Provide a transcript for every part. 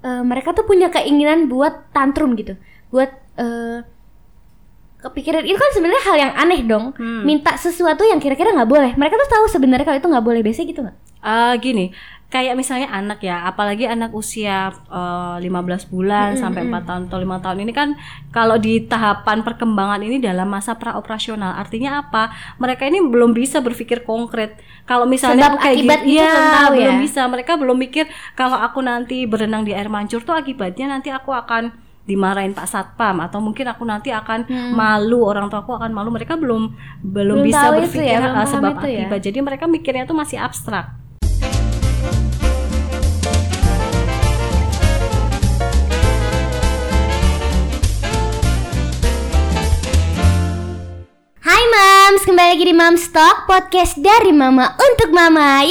mereka tuh punya keinginan buat tantrum gitu, buat kepikiran. Itu kan sebenarnya hal yang aneh dong. Minta sesuatu yang kira-kira nggak boleh. Mereka tuh tahu sebenarnya kalau itu nggak boleh. Biasanya gitu nggak? Gini, kayak misalnya anak ya, apalagi anak usia 15 bulan sampai 4 tahun atau 5 tahun ini kan, kalau di tahapan perkembangan ini dalam masa praoperasional, artinya apa? Mereka ini belum bisa berpikir konkret. Kalau misalnya sebab kayak akibat gitu, itu tahu belum ya? bisa. Mereka belum mikir kalau aku nanti berenang di air mancur tuh akibatnya nanti aku akan dimarahin Pak Satpam, atau mungkin aku nanti akan malu, orang tua aku akan malu. Mereka belum bisa tahu itu berpikir ya, belum sebab paham itu ya. akibat. Jadi mereka mikirnya tuh masih abstrak. Hai Mams, kembali lagi di Mams Talk, podcast dari Mama untuk Mama.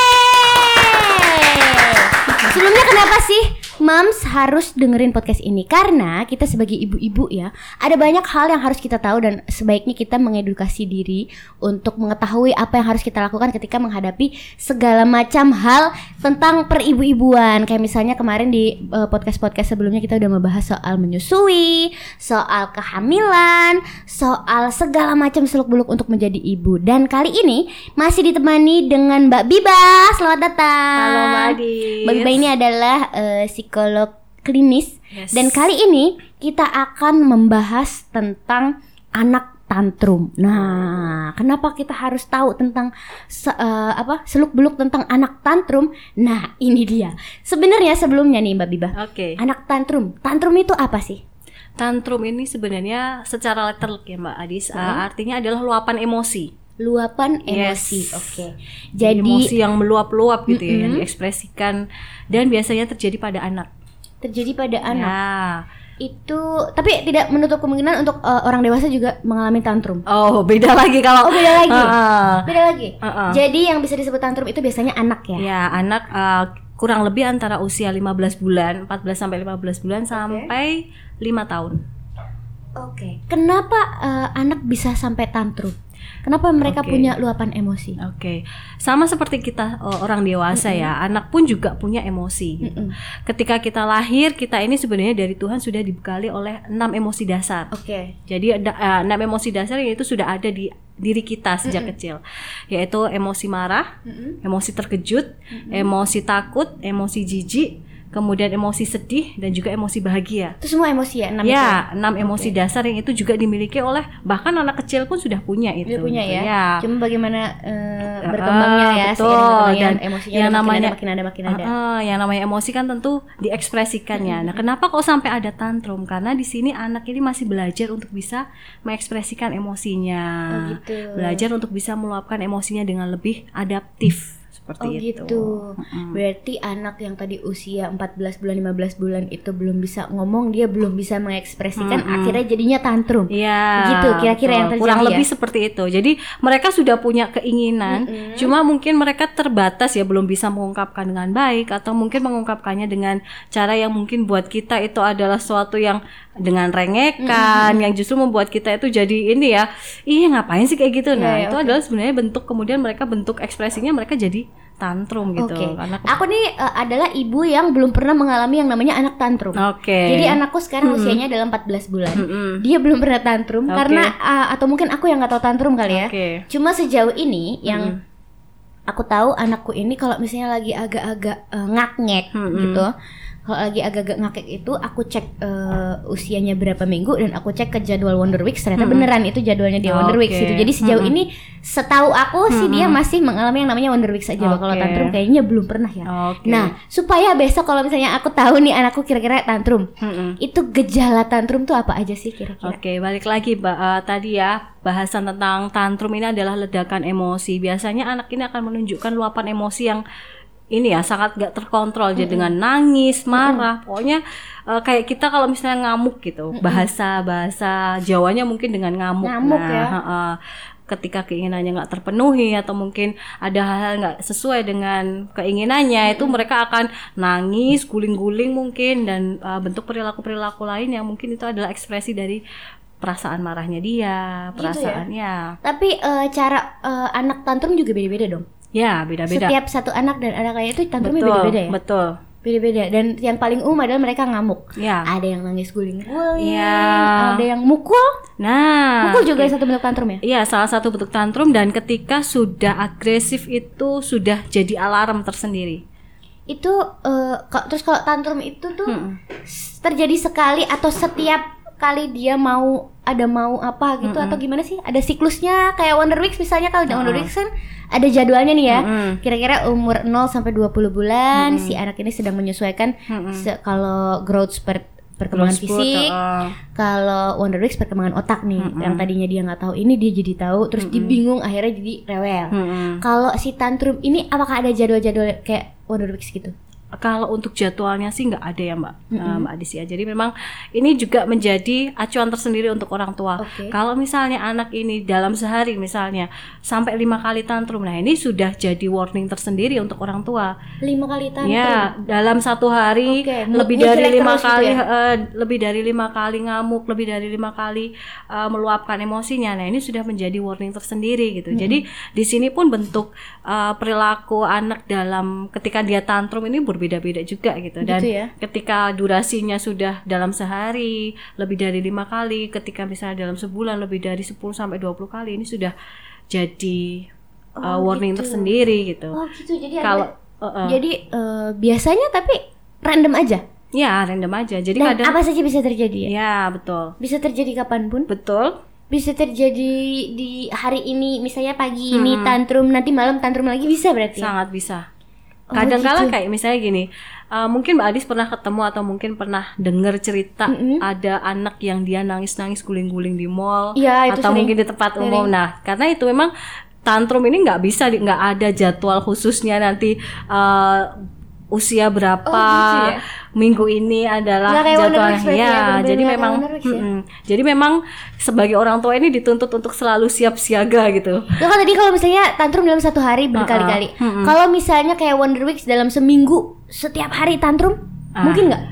Yeay! Sebelumnya kenapa sih Mams harus dengerin podcast ini? Karena kita sebagai ibu-ibu ya, ada banyak hal yang harus kita tahu dan sebaiknya kita mengedukasi diri untuk mengetahui apa yang harus kita lakukan ketika menghadapi segala macam hal tentang peribu-ibuan. Kayak misalnya kemarin di podcast-podcast sebelumnya kita udah membahas soal menyusui, soal kehamilan, soal segala macam seluk-beluk untuk menjadi ibu. Dan kali ini masih ditemani dengan Mbak Biba. Selamat datang. Halo Mbak Adis. Mbak Biba ini adalah psikolog klinis. Yes. Dan kali ini kita akan membahas tentang anak tantrum. Nah, kenapa kita harus tahu tentang seluk-beluk tentang anak tantrum? Nah, ini dia. Sebenarnya sebelumnya nih Mbak Biba. Oke. Anak tantrum. Tantrum itu apa sih? Tantrum ini sebenarnya secara letterlek ya Mbak Adis, artinya adalah luapan emosi. Luapan emosi. Yes. Oke. Jadi Jadi emosi yang meluap-luap gitu ya, yang diekspresikan, dan biasanya terjadi pada anak. terjadi pada anak. Ya. Itu tapi tidak menutup kemungkinan untuk orang dewasa juga mengalami tantrum. Oh, beda lagi kalau. Oh, beda lagi. Beda lagi. Uh-uh. Jadi yang bisa disebut tantrum itu biasanya anak ya. Ya, anak kurang lebih antara usia 15 bulan, 14 sampai 15 bulan sampai 5 tahun. Oke. Kenapa anak bisa sampai tantrum? Kenapa mereka punya luapan emosi? Oke. Sama seperti kita orang dewasa ya, anak pun juga punya emosi gitu. Ketika kita lahir, kita ini sebenarnya dari Tuhan sudah dibekali oleh 6 emosi dasar. Oke. Jadi ada 6 emosi dasar yang itu sudah ada di diri kita sejak kecil, yaitu emosi marah, emosi terkejut, emosi takut, emosi jijik, kemudian emosi sedih, dan juga emosi bahagia. Itu semua emosi ya? 6 Ya, itu? 6 emosi dasar yang itu juga dimiliki oleh bahkan anak kecil pun sudah punya itu. Dia punya gitu, ya. Cuma bagaimana berkembangnya ya, betul. dan Dan emosinya yang namanya makin ada. yang namanya emosi kan tentu diekspresikannya. Nah, kenapa kok sampai ada tantrum? Karena di sini anak ini masih belajar untuk bisa mengekspresikan emosinya. Oh, gitu. Belajar untuk bisa meluapkan emosinya dengan lebih adaptif. Seperti itu. Gitu. Berarti anak yang tadi usia 14 bulan, 15 bulan itu belum bisa ngomong, dia belum bisa mengekspresikan, akhirnya jadinya tantrum. Iya. Gitu kira-kira yang terjadi. Kurang ya? lebih seperti itu. Jadi mereka sudah punya keinginan, cuma mungkin mereka terbatas ya, belum bisa mengungkapkan dengan baik, atau mungkin mengungkapkannya dengan cara yang mungkin buat kita itu adalah sesuatu yang dengan rengekan, yang justru membuat kita itu jadi ini ya, ngapain sih kayak gitu. Nah, itu adalah sebenarnya bentuk, kemudian mereka bentuk ekspresinya mereka jadi tantrum gitu. Karena aku nih adalah ibu yang belum pernah mengalami yang namanya anak tantrum. Jadi anakku sekarang usianya dalam 14 bulan. Dia belum pernah tantrum karena atau mungkin aku yang nggak tahu tantrum kali ya. Cuma sejauh ini yang aku tahu, anakku ini kalau misalnya lagi agak-agak ngak-ngek gitu. Kalau lagi agak-agak ngakek itu aku cek usianya berapa minggu, dan aku cek ke jadwal Wonder Weeks, ternyata beneran itu jadwalnya dia Wonder Weeks gitu. Jadi sejauh ini setahu aku sih dia masih mengalami yang namanya Wonder Weeks aja. Kalau tantrum kayaknya belum pernah ya. Nah, supaya besok kalau misalnya aku tahu nih anakku kira-kira tantrum, itu gejala tantrum tuh apa aja sih kira-kira? Balik lagi tadi ya, bahasan tentang tantrum ini adalah ledakan emosi. Biasanya anak ini akan menunjukkan luapan emosi yang ini ya sangat gak terkontrol, jadi dengan nangis, marah, pokoknya kayak kita kalau misalnya ngamuk gitu, bahasa Jawanya mungkin dengan ngamuk ya. Ketika keinginannya nggak terpenuhi atau mungkin ada hal-hal nggak sesuai dengan keinginannya, itu mereka akan nangis, guling-guling mungkin, dan bentuk perilaku lain yang mungkin itu adalah ekspresi dari perasaan marahnya dia, perasaannya. Gitu ya? Tapi cara anak tantrum juga beda-beda dong. Ya, beda-beda. Setiap satu anak dan anak lain itu tantrumnya beda-beda ya? Betul. Beda-beda. Dan yang paling adalah mereka ngamuk. Ada yang nangis guling-guling, ada yang mukul. Mukul juga satu bentuk tantrum ya? Iya, salah satu bentuk tantrum. Dan ketika sudah agresif itu sudah jadi alarm tersendiri. Itu terus kalau tantrum itu tuh terjadi sekali atau setiap kali dia mau apa gitu atau gimana sih? Ada siklusnya kayak Wonder Weeks misalnya. Kalau Wonder Weeks kan ada jadwalnya nih ya. Kira-kira umur 0 sampai 20 bulan si anak ini sedang menyesuaikan kalau growth perkembangan fisik. Kalau Wonder Weeks perkembangan otak nih. Yang tadinya dia nggak tahu ini dia jadi tahu, terus dia bingung akhirnya jadi rewel. Kalau si tantrum ini apakah ada jadwal-jadwal kayak Wonder Weeks gitu? Kalau untuk jadwalnya sih nggak ada ya Mbak Adis ya. Jadi memang ini juga menjadi acuan tersendiri untuk orang tua. Kalau misalnya anak ini dalam sehari misalnya sampai 5 kali tantrum, nah ini sudah jadi warning tersendiri untuk orang tua. 5 kali tantrum? Ya, dalam satu hari lebih dari 5 kali lebih dari 5 kali ngamuk, lebih dari 5 kali meluapkan emosinya. Nah ini sudah menjadi warning tersendiri gitu. Jadi di sini pun bentuk perilaku anak dalam ketika dia tantrum ini berbeda-beda juga gitu. Dan ketika durasinya sudah dalam sehari lebih dari 5 kali, ketika misalnya dalam sebulan lebih dari 10 sampai 20 kali, ini sudah jadi warning tersendiri gitu. Jadi kalau biasanya tapi random aja. Ya, random aja. Jadi dan kadang apa saja bisa terjadi ya? Ya, betul. Bisa terjadi kapanpun. Betul. Bisa terjadi di hari ini, misalnya pagi ini tantrum, nanti malam tantrum lagi, bisa berarti? Sangat bisa. Kadang-kala kayak misalnya gini, mungkin Mbak Adis pernah ketemu atau mungkin pernah dengar cerita ada anak yang dia nangis-nangis guling-guling di mall atau mungkin di tempat umum. Nah, karena itu memang tantrum ini nggak ada jadwal khususnya nanti usia berapa minggu ini adalah jadwalnya. Jadi memang sebagai orang tua ini dituntut untuk selalu siap siaga gitu. Kan tadi kalau misalnya tantrum dalam satu hari berkali-kali. Kalau misalnya kayak Wonder Weeks dalam seminggu setiap hari tantrum, mungkin nggak?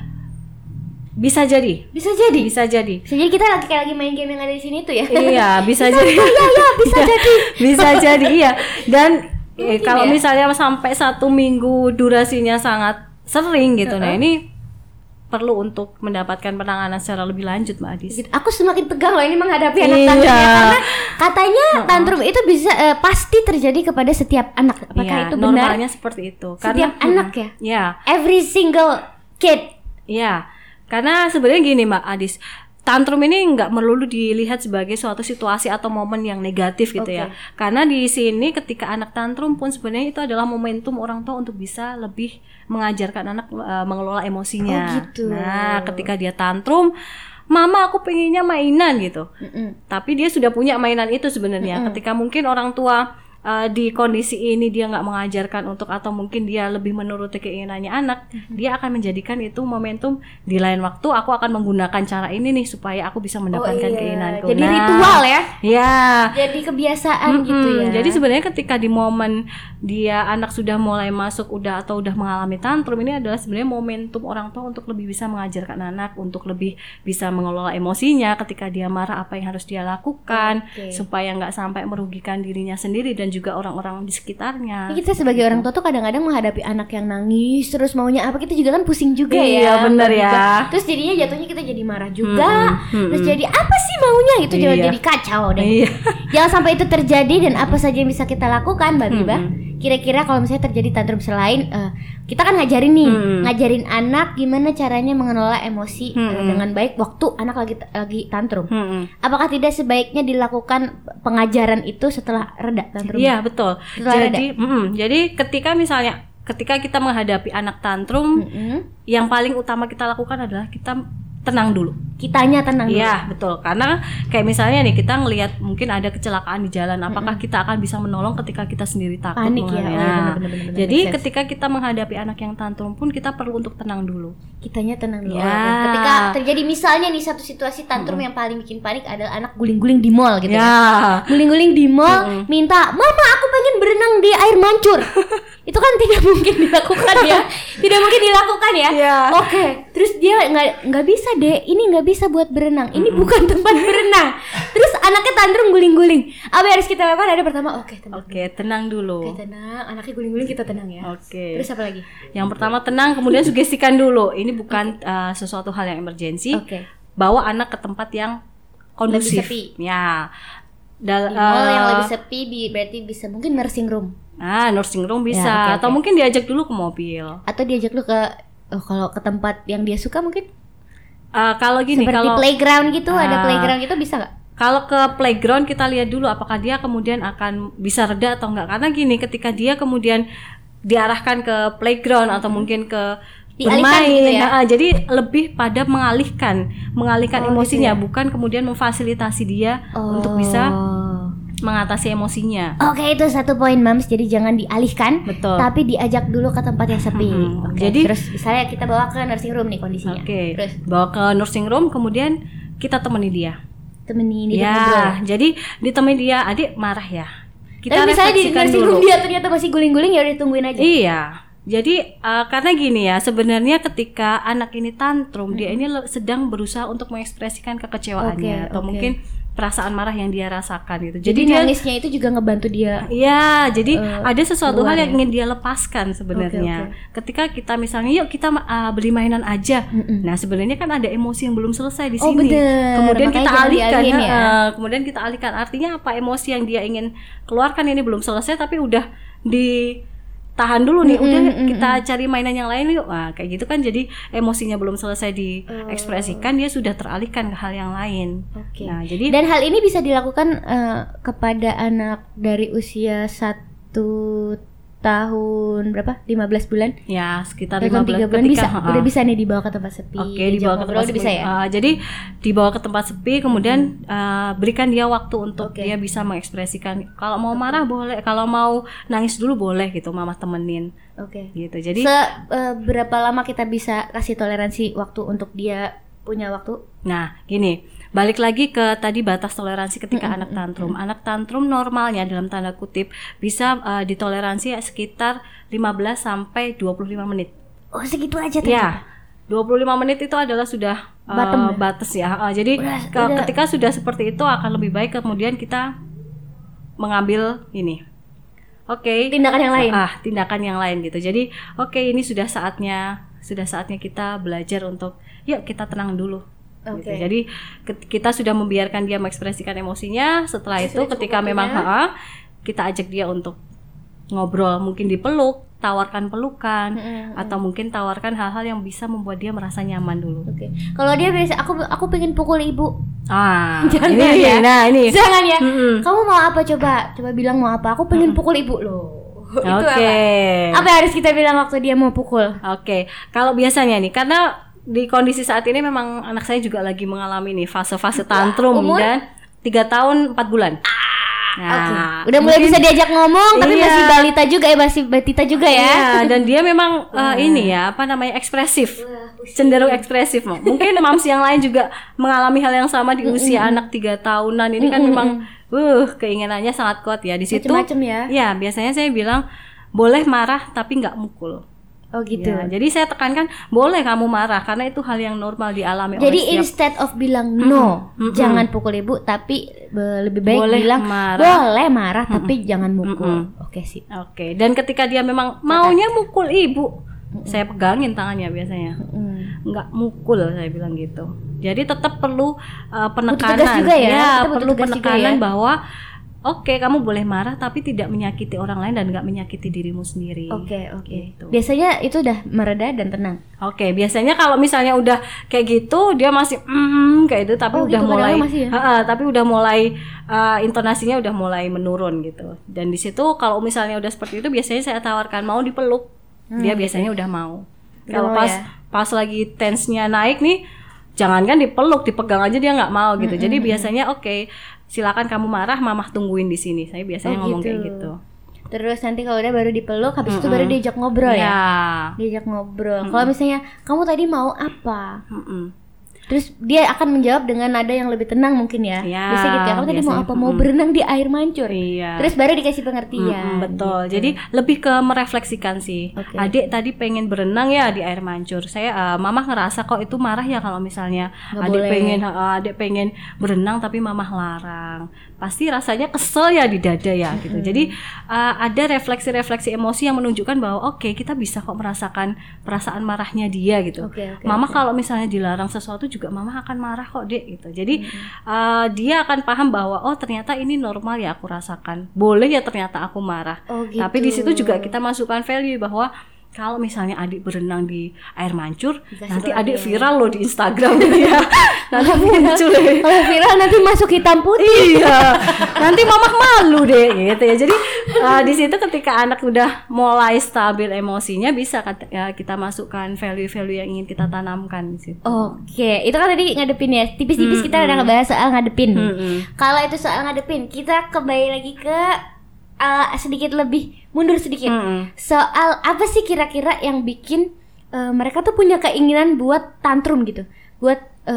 Bisa jadi. Jadi kita lagi main game yang ada di sini tuh ya. Iya, bisa jadi. Bisa jadi. Bisa jadi iya. Dan kalau misalnya sampai 1 minggu durasinya sangat sering gitu, nah ini perlu untuk mendapatkan penanganan secara lebih lanjut Mbak Adis. Aku semakin tegang loh ini menghadapi anak tantrum karena katanya tantrum itu bisa pasti terjadi kepada setiap anak. Apakah itu benar? Normalnya seperti itu. Setiap anak ya? Ya. Every single kid. Ya. Karena sebenarnya gini Mbak Adis, tantrum ini nggak melulu dilihat sebagai suatu situasi atau momen yang negatif gitu ya. Karena di sini ketika anak tantrum pun sebenarnya itu adalah momentum orang tua untuk bisa lebih mengajarkan anak mengelola emosinya. Nah, ketika dia tantrum, mama aku pengennya mainan gitu. Tapi dia sudah punya mainan itu sebenarnya. Ketika mungkin orang tua di kondisi ini dia nggak mengajarkan untuk atau mungkin dia lebih menuruti keinginannya anak, dia akan menjadikan itu momentum di lain waktu aku akan menggunakan cara ini nih supaya aku bisa mendapatkan keinginanku. Jadi ritual ya? Ya. Jadi kebiasaan gitu ya. Jadi sebenarnya ketika di momen dia anak sudah mulai masuk udah mengalami tantrum, ini adalah sebenarnya momentum orang tua untuk lebih bisa mengajarkan anak untuk lebih bisa mengelola emosinya ketika dia marah, apa yang harus dia lakukan supaya nggak sampai merugikan dirinya sendiri dan juga orang-orang di sekitarnya. Kita sebagai orang tua tuh kadang-kadang menghadapi anak yang nangis terus maunya apa, kita juga kan pusing juga ya. Iya benar ya. Terus jadinya jatuhnya kita jadi marah juga. Terus jadi apa sih maunya gitu, jadi kacau deh. Jangan sampai itu terjadi. Dan apa saja yang bisa kita lakukan Mbak Biba? Kira-kira kalau misalnya terjadi tantrum selain kita kan ngajarin nih, ngajarin anak gimana caranya mengelola emosi dengan baik waktu anak lagi tantrum. Apakah tidak sebaiknya dilakukan pengajaran itu setelah reda tantrum? Iya betul. Jadi ketika kita menghadapi anak tantrum, yang paling utama kita lakukan adalah kita tenang dulu. Kitanya tenang dulu. Iya, betul. Karena kayak misalnya nih kita ngelihat mungkin ada kecelakaan di jalan, apakah kita akan bisa menolong ketika kita sendiri takut? Panik ya. Bener, jadi ketika kita menghadapi anak yang tantrum pun kita perlu untuk tenang dulu. Kitanya tenang dulu. Ketika terjadi misalnya nih satu situasi tantrum yang paling bikin panik adalah anak guling-guling di mall gitu ya. Guling-guling di mall minta, "Mama, aku pengen berenang di air mancur." itu kan tidak mungkin dilakukan ya. Tidak mungkin dilakukan ya. Yeah. Oke. Terus dia nggak bisa deh. Ini nggak bisa buat berenang. Ini bukan tempat berenang. Terus anaknya tantrum guling-guling. Apa yang harus kita lakukan? Ada pertama, tenang dulu. Oke, tenang. Anaknya guling-guling, kita tenang ya. Oke. Terus apa lagi? Yang pertama tenang, kemudian sugestikan dulu. Ini bukan sesuatu hal yang emergensi. Bawa anak ke tempat yang kondusif. Lebih sepi. Ya. Mall yang lebih sepi berarti bisa mungkin nursing room. Nursing room bisa, atau mungkin diajak dulu ke mobil. Atau diajak dulu ke kalau ke tempat yang dia suka mungkin. Kalau gini, seperti playground gitu, ada playground gitu bisa nggak? Kalau ke playground kita lihat dulu apakah dia kemudian akan bisa reda atau enggak. Karena gini, ketika dia kemudian diarahkan ke playground atau mungkin ke bermain gitu ya? Jadi lebih pada mengalihkan emosinya, bukan kemudian memfasilitasi dia untuk bisa mengatasi emosinya. Oke, itu satu poin Mams. Jadi jangan dialihkan, tapi diajak dulu ke tempat yang sepi. Jadi terus misalnya kita bawa ke nursing room nih kondisinya. Terus bawa ke nursing room, kemudian kita temani dia. Ya, jadi ditemani dia, adik marah ya. Kita misalnya di nursing room dia ternyata masih guling-guling, ya udah tungguin aja. Iya. Jadi karena gini ya, sebenarnya ketika anak ini tantrum, dia ini sedang berusaha untuk mengekspresikan kekecewaannya atau mungkin perasaan marah yang dia rasakan gitu. Jadi nangisnya itu juga ngebantu dia. Iya, jadi ada sesuatu hal yang ingin dia lepaskan sebenarnya. Ketika kita misalnya yuk kita beli mainan aja. Nah, sebenarnya kan ada emosi yang belum selesai di sini. Kemudian kita alihkan kemudian kita alihkan. Artinya apa? Emosi yang dia ingin keluarkan ini belum selesai tapi udah tahan dulu nih, kita cari mainan yang lain yuk. Wah, kayak gitu kan, jadi emosinya belum selesai diekspresikan, dia sudah teralihkan ke hal yang lain. Nah, jadi dan hal ini bisa dilakukan kepada anak dari usia 1 tahun berapa? 15 bulan? Ya, sekitar 15 bulan bisa. Udah bisa nih dibawa ke tempat sepi. Dibawa ke tempat sepi. Bisa ya? Jadi dibawa ke tempat sepi, kemudian berikan dia waktu untuk dia bisa mengekspresikan. Kalau mau marah boleh, kalau mau nangis dulu boleh gitu, mama temenin. Gitu. Jadi berapa lama kita bisa kasih toleransi waktu untuk dia punya waktu? Nah, gini, balik lagi ke tadi batas toleransi ketika anak tantrum. Anak tantrum normalnya dalam tanda kutip bisa ditoleransi sekitar 15 sampai 25 menit. Oh, segitu aja ternyata. Ya. 25 menit itu adalah sudah batas ya. Jadi ketika sudah seperti itu akan lebih baik kemudian kita mengambil ini. Tindakan yang lain. Tindakan yang lain gitu. Jadi ini sudah saatnya kita belajar untuk yuk kita tenang dulu. Gitu. Jadi kita sudah membiarkan dia mengekspresikan emosinya. Setelah itu ketika memang kita ajak dia untuk ngobrol, mungkin dipeluk, tawarkan pelukan, atau mungkin tawarkan hal-hal yang bisa membuat dia merasa nyaman dulu. Kalau dia biasa aku pengen pukul ibu. Jangan ya. Nah, ini. Jangan ya. Kamu mau apa, coba bilang mau apa. Aku pengen pukul ibu loh. Apa yang harus kita bilang waktu dia mau pukul? Kalau biasanya nih, karena di kondisi saat ini memang anak saya juga lagi mengalami nih fase-fase tantrum. Umur? Dan 3 tahun 4 bulan. Udah mulai bisa diajak ngomong, tapi masih balita juga masih batita juga ya. Dan dia memang ekspresif. Cenderung ekspresif. Mungkin moms yang lain juga mengalami hal yang sama di usia anak 3 tahunan. Ini kan memang keinginannya sangat kuat ya. Di situ macem-macem ya. Biasanya saya bilang boleh marah tapi nggak mukul. Gitu. Jadi saya tekankan boleh kamu marah karena itu hal yang normal dialami oleh Jadi instead of bilang no, jangan pukul ibu, tapi lebih baik bilang boleh marah tapi jangan mukul. Dan ketika dia memang maunya mukul ibu, saya pegangin tangannya biasanya. Nggak mukul, saya bilang gitu. Jadi tetap perlu penekanan juga ya. Perlu penekanan bahwa kamu boleh marah tapi tidak menyakiti orang lain dan nggak menyakiti dirimu sendiri. Gitu. Biasanya itu udah mereda dan tenang. Biasanya kalau misalnya udah kayak gitu dia masih kayak itu tapi udah mulai tapi udah mulai intonasinya udah mulai menurun gitu. Dan di situ kalau misalnya udah seperti itu biasanya saya tawarkan mau dipeluk. Dia biasanya udah mau. Kalau pas lagi tense-nya naik nih, jangankan dipeluk, dipegang aja dia nggak mau gitu. Jadi biasanya silakan kamu marah, mamah tungguin di sini. Saya biasanya ngomong kayak gitu. Terus nanti kalau udah baru dipeluk, habis itu baru diajak ngobrol ya. Diajak ngobrol. Kalau misalnya kamu tadi mau apa? Terus dia akan menjawab dengan nada yang lebih tenang mungkin ya. Biasanya gitu ya. Kamu tadi mau apa? Mau berenang di air mancur. Terus baru dikasih pengertian. Betul. Gitu. Jadi lebih ke merefleksikan sih. Adik tadi pengen berenang ya di air mancur. Saya mama ngerasa kok itu marah ya kalau misalnya adik pengen berenang tapi mama larang. Pasti rasanya kesel ya di dada ya gitu. Jadi ada refleksi-refleksi emosi yang menunjukkan bahwa kita bisa kok merasakan perasaan marahnya dia gitu. Mama kalau misalnya dilarang sesuatu juga mama akan marah kok Dek gitu. Jadi dia akan paham bahwa ternyata ini normal ya aku rasakan. Boleh ya ternyata aku marah. Gitu. Tapi di situ juga kita masukkan value bahwa kalau misalnya adik berenang di air mancur, nanti adik viral loh di Instagram gitu ya. Nanti muncul kalau viral nanti masuk hitam putih. Iya. Nanti mama malu deh gitu ya. Jadi di situ ketika anak udah mulai stabil emosinya, bisa kita masukkan value-value yang ingin kita tanamkan di situ. Itu kan tadi ngadepin ya. Tipis-tipis kita udah ngebahas soal ngadepin. Kalau itu soal ngadepin, kita kembali lagi ke sedikit lebih mundur sedikit soal apa sih kira-kira yang bikin mereka tuh punya keinginan buat tantrum gitu, buat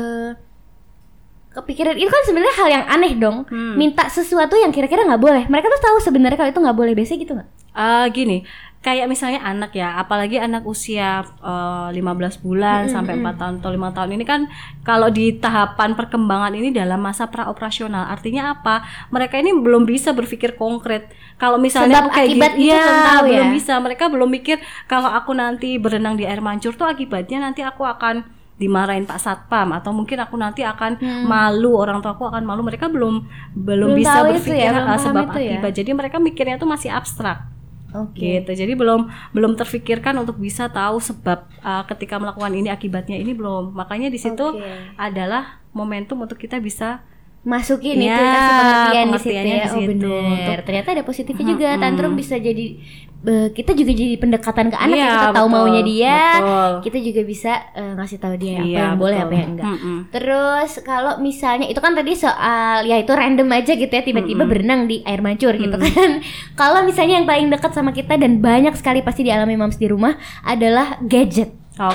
kepikiran itu kan sebenarnya hal yang aneh dong, minta sesuatu yang kira-kira nggak boleh. Mereka tuh tahu sebenarnya kalau itu nggak boleh, biasanya gitu nggak? Gini, kayak misalnya anak ya, apalagi anak usia 15 bulan sampai 4 tahun atau 5 tahun ini kan kalau di tahapan perkembangan ini dalam masa praoperasional. Artinya apa? Mereka ini belum bisa berpikir konkret. Kalau misalnya kayak akibat gitu, belum bisa. Mereka belum mikir kalau aku nanti berenang di air mancur tuh akibatnya nanti aku akan dimarahin Pak Satpam atau mungkin aku nanti akan malu, orang tua aku akan malu. Mereka belum bisa berpikir sebab akibat. Jadi mereka mikirnya tuh masih abstrak. Gitu. Jadi belum terfikirkan untuk bisa tahu sebab ketika melakukan ini akibatnya ini belum. Makanya di situ adalah momentum untuk kita bisa masukin itu, kasih pengertian di situ ya. Benar. Ternyata ada positifnya juga. Tantrum bisa jadi kita juga jadi pendekatan ke anak, kita tahu maunya dia. Kita juga bisa ngasih tahu dia apa yang boleh, apa yang enggak. Terus kalau misalnya itu kan tadi soal ya itu random aja gitu ya, tiba-tiba berenang di air mancur gitu kan. Kalau misalnya yang paling dekat sama kita dan banyak sekali pasti dialami moms di rumah adalah gadget.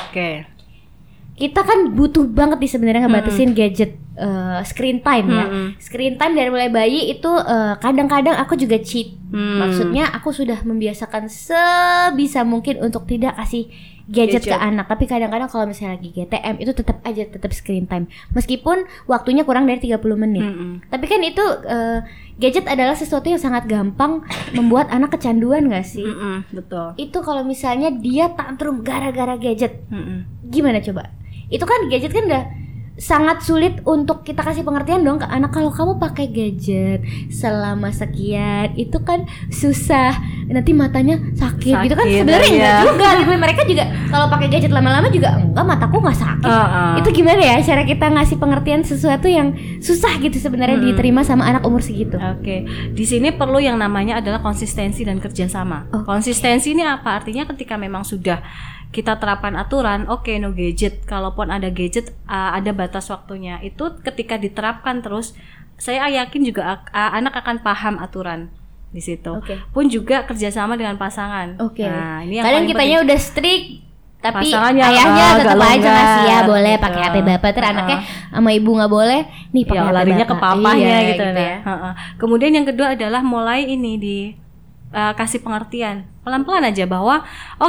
Kita kan butuh banget nih sebenarnya ngebatasin gadget, screen time ya. Screen time dari mulai bayi itu kadang-kadang aku juga cheat. Maksudnya aku sudah membiasakan sebisa mungkin untuk tidak kasih gadget ke anak. Tapi kadang-kadang kalau misalnya lagi GTM itu tetap screen time. Meskipun waktunya kurang dari 30 menit. Tapi kan itu gadget adalah sesuatu yang sangat gampang membuat anak kecanduan gak sih? Betul. Itu kalau misalnya dia tantrum gara-gara gadget. Gimana coba? Itu kan gadget kan udah sangat sulit untuk kita kasih pengertian dong ke anak. Kalau kamu pakai gadget selama sekian itu kan susah, nanti matanya sakit gitu kan. Sebenarnya enggak juga gitu. Mereka juga kalau pakai gadget lama-lama juga enggak, mataku enggak sakit. Itu gimana ya cara kita ngasih pengertian sesuatu yang susah gitu sebenarnya diterima sama anak umur segitu? Di sini perlu yang namanya adalah konsistensi dan kerjasama. Konsistensi ini apa? Artinya ketika memang sudah kita terapkan aturan, no gadget. Kalaupun ada gadget, ada batas waktunya. Itu ketika diterapkan terus, saya yakin juga anak akan paham aturan di situ. Pun juga kerjasama dengan pasangan. Nah, ini yang kadang kitanya udah strict, tapi ayahnya tetap aja ngasih ya boleh pakai HP bapak, terus anaknya sama ibu nggak boleh nih pakai HP larinya bapak. Ke papanya gitu ya. Kemudian yang kedua adalah mulai ini kasih pengertian pelan-pelan aja bahwa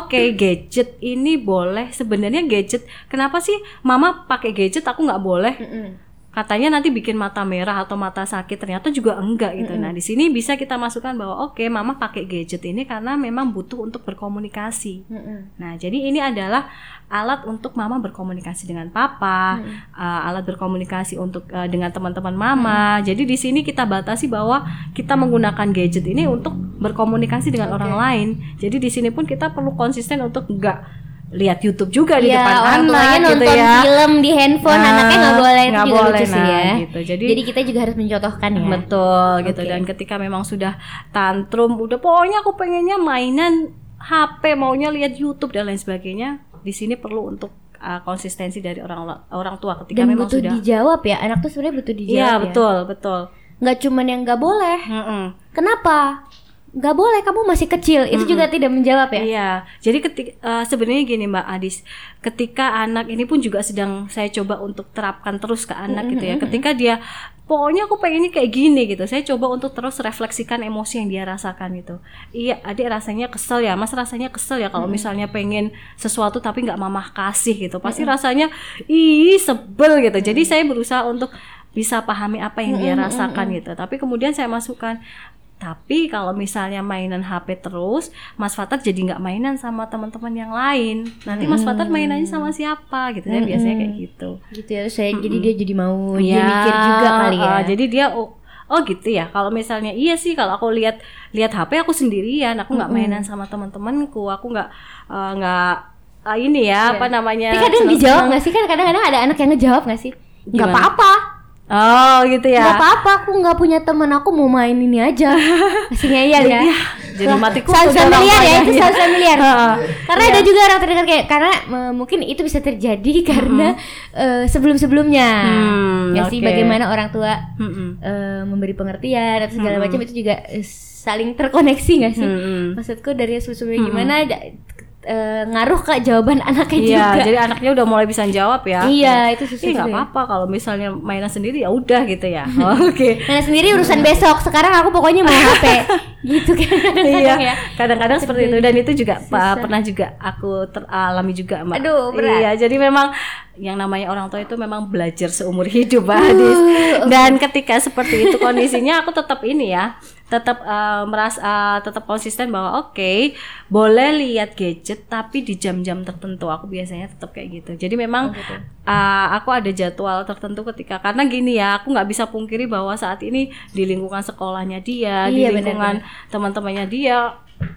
gadget ini boleh. Sebenarnya gadget, kenapa sih mama pakai gadget aku nggak boleh? Katanya nanti bikin mata merah atau mata sakit, ternyata juga enggak gitu. Nah di sini bisa kita masukkan bahwa mama pakai gadget ini karena memang butuh untuk berkomunikasi. Nah jadi ini adalah alat untuk mama berkomunikasi dengan papa, alat berkomunikasi untuk dengan teman-teman mama. Jadi di sini kita batasi bahwa kita menggunakan gadget ini untuk berkomunikasi dengan orang lain. Jadi di sini pun kita perlu konsisten untuk enggak lihat YouTube juga di depan anak gitu ya. Nonton film di handphone anaknya nggak boleh, itu juga lucu sih ya. Gitu. Jadi kita juga harus mencontohkan ya. Betul gitu. Dan ketika memang sudah tantrum, udah pokoknya aku pengennya mainan HP, maunya lihat YouTube dan lain sebagainya, di sini perlu untuk konsistensi dari orang tua ketika dan memang butuh sudah dijawab ya. Anak tuh sebenarnya butuh dijawab. Iya betul. Nggak cuman yang nggak boleh. Kenapa? nggak boleh, kamu masih kecil. Itu juga tidak menjawab ya. Iya. Jadi sebenarnya gini Mbak Adis, ketika anak ini pun juga sedang saya coba untuk terapkan terus ke anak gitu ya. Ketika dia pokoknya aku pengennya kayak gini gitu, saya coba untuk terus refleksikan emosi yang dia rasakan gitu. Iya, adik rasanya kesel ya, mas rasanya kesel ya kalau misalnya pengen sesuatu tapi nggak mamah kasih gitu, pasti rasanya sebel gitu. Jadi saya berusaha untuk bisa pahami apa yang dia rasakan gitu. Tapi kemudian saya masukkan, tapi kalau misalnya mainan HP terus, Mas Fathar jadi nggak mainan sama teman-teman yang lain. Nanti Mas Fathar mainannya sama siapa gitu ya, biasanya kayak gitu. Gitu ya, jadi dia jadi mau dia mikir juga kali ya. Jadi dia oh gitu ya. Kalau misalnya iya sih, kalau aku lihat HP aku sendirian, aku nggak mainan sama teman-temanku, aku nggak ini ya apa namanya. Tapi kadang dijawab nggak sih, kan kadang-kadang ada anak yang ngejawab nggak sih? Nggak apa-apa. Oh gitu ya. Gak apa-apa, aku gak punya teman, aku mau main ini aja. Masih ngeyel ya. Jadi matiku familiar ya, itu selalu familiar. Karena ada juga orang terdengar kayak, karena mungkin itu bisa terjadi karena sebelum-sebelumnya. Ya sih, bagaimana orang tua memberi pengertian atau segala macam itu juga saling terkoneksi gak sih? Maksudku dari sebelumnya gimana ngaruh ke jawaban anaknya juga. Jadi anaknya udah mulai bisa jawab ya. Iya, itu susah. Nggak apa-apa kalau misalnya mainan sendiri ya udah gitu ya. Oke. Mainan sendiri urusan besok. Sekarang aku pokoknya mau HP. Gitu kan. Iya. Kadang-kadang seperti itu, dan itu juga pernah juga aku alami juga, Mbak. Aduh, berat. Iya, jadi memang yang namanya orang tua itu memang belajar seumur hidup, Mbak Adis. Dan ketika seperti itu kondisinya, aku tetap ini ya, tetap merasa tetap konsisten bahwa oke, boleh lihat gadget tapi di jam-jam tertentu. Aku biasanya tetap kayak gitu. Jadi memang aku ada jadwal tertentu ketika, karena gini ya, aku nggak bisa pungkiri bahwa saat ini di lingkungan sekolahnya dia, di lingkungan teman-temannya dia,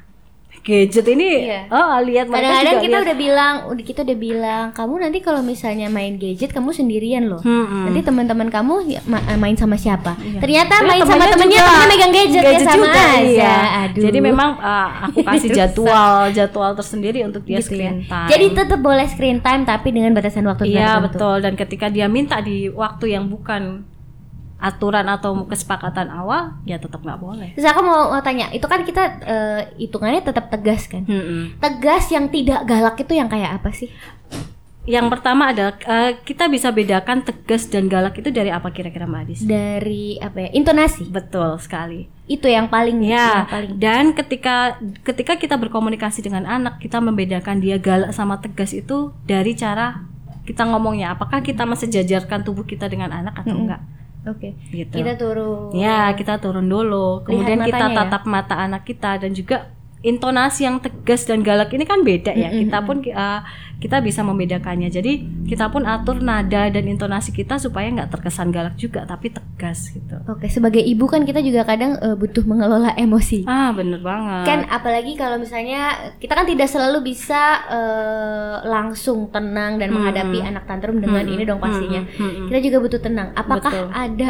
gadget ini lihat mereka kadang-kadang juga kita udah bilang kamu nanti kalau misalnya main gadget kamu sendirian loh. Nanti teman-teman kamu main sama siapa? Ternyata main sama temennya megang gadget ya sama juga, aja. Aduh. Jadi memang aku kasih jadwal tersendiri untuk dia gitu screen time. Jadi tetap boleh screen time tapi dengan batasan waktu tertentu. Iya betul, dan ketika dia minta di waktu yang bukan aturan atau kesepakatan awal, ya tetap nggak boleh. Terus aku mau tanya, itu kan kita hitungannya tetap tegas kan? Tegas yang tidak galak itu yang kayak apa sih? Yang pertama adalah kita bisa bedakan tegas dan galak itu dari apa kira-kira Mbak Adis? Dari apa ya? Intonasi. Betul sekali. Itu yang paling Dan ketika kita berkomunikasi dengan anak, kita membedakan dia galak sama tegas itu dari cara kita ngomongnya. Apakah kita mensejajarkan tubuh kita dengan anak atau enggak? Oke. Gitu. Kita turun. Ya, kita turun dulu. Kemudian kita tatap mata anak kita, dan juga intonasi yang tegas dan galak ini kan beda ya. Kita pun kita bisa membedakannya. Jadi kita pun atur nada dan intonasi kita supaya nggak terkesan galak juga, tapi tegas gitu. Oke, sebagai ibu kan kita juga kadang butuh mengelola emosi. Bener banget. Kan apalagi kalau misalnya kita kan tidak selalu bisa langsung tenang dan menghadapi anak tantrum dengan ini dong pastinya. Kita juga butuh tenang. Apakah ada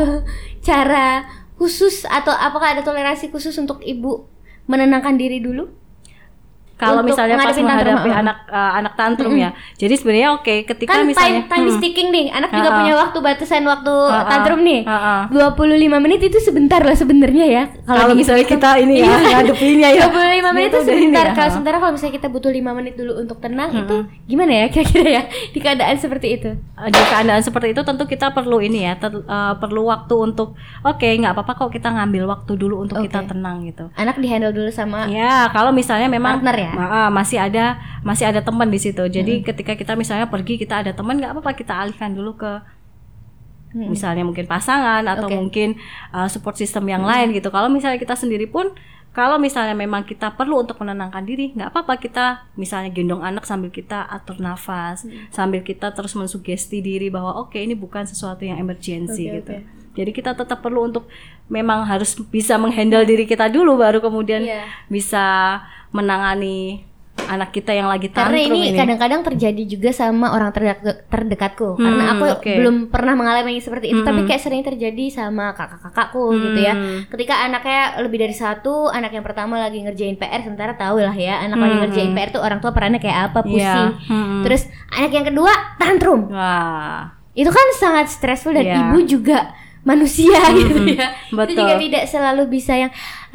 cara khusus atau apakah ada toleransi khusus untuk ibu menenangkan diri dulu? Kalau misalnya pas menghadapi anak tantrum ya. Jadi sebenarnya ketika kan misalnya time sticking nih. Anak juga punya batasan waktu tantrum nih. 25 menit itu sebentar lah sebenarnya ya. Kalau misalnya kita ini ya ngadepinnya ya. 25 menit itu sebentar. Sementara kalau misalnya kita butuh 5 menit dulu untuk tenang, itu gimana ya kira-kira ya di keadaan seperti itu? Di keadaan seperti itu tentu kita perlu ini ya, perlu waktu untuk nggak apa-apa kok kita ngambil waktu dulu untuk kita tenang gitu. Anak dihandle dulu sama kalau misalnya memang partner ya. Masih ada teman di situ. Jadi ketika kita misalnya pergi, kita ada teman, nggak apa-apa kita alihkan dulu ke misalnya mungkin pasangan atau mungkin support system yang lain gitu. Kalau misalnya kita sendiri pun, kalau misalnya memang kita perlu untuk menenangkan diri, nggak apa-apa kita misalnya gendong anak sambil kita atur nafas, sambil kita terus mensugesti diri bahwa ini bukan sesuatu yang emergency gitu. Jadi kita tetap perlu untuk memang harus bisa menghandle diri kita dulu, baru kemudian bisa menangani anak kita yang lagi tantrum. Karena ini kadang-kadang terjadi juga sama orang terdekatku. Karena aku belum pernah mengalami seperti itu, tapi kayak sering terjadi sama kakak-kakakku gitu ya. Ketika anaknya lebih dari satu, anak yang pertama lagi ngerjain PR, sementara tahu lah ya, anak lagi ngerjain PR tuh orang tua perannya kayak apa, pusing. Terus anak yang kedua tantrum. Itu kan sangat stressful, dan ibu juga manusia gitu ya. Betul. Itu juga tidak selalu bisa yang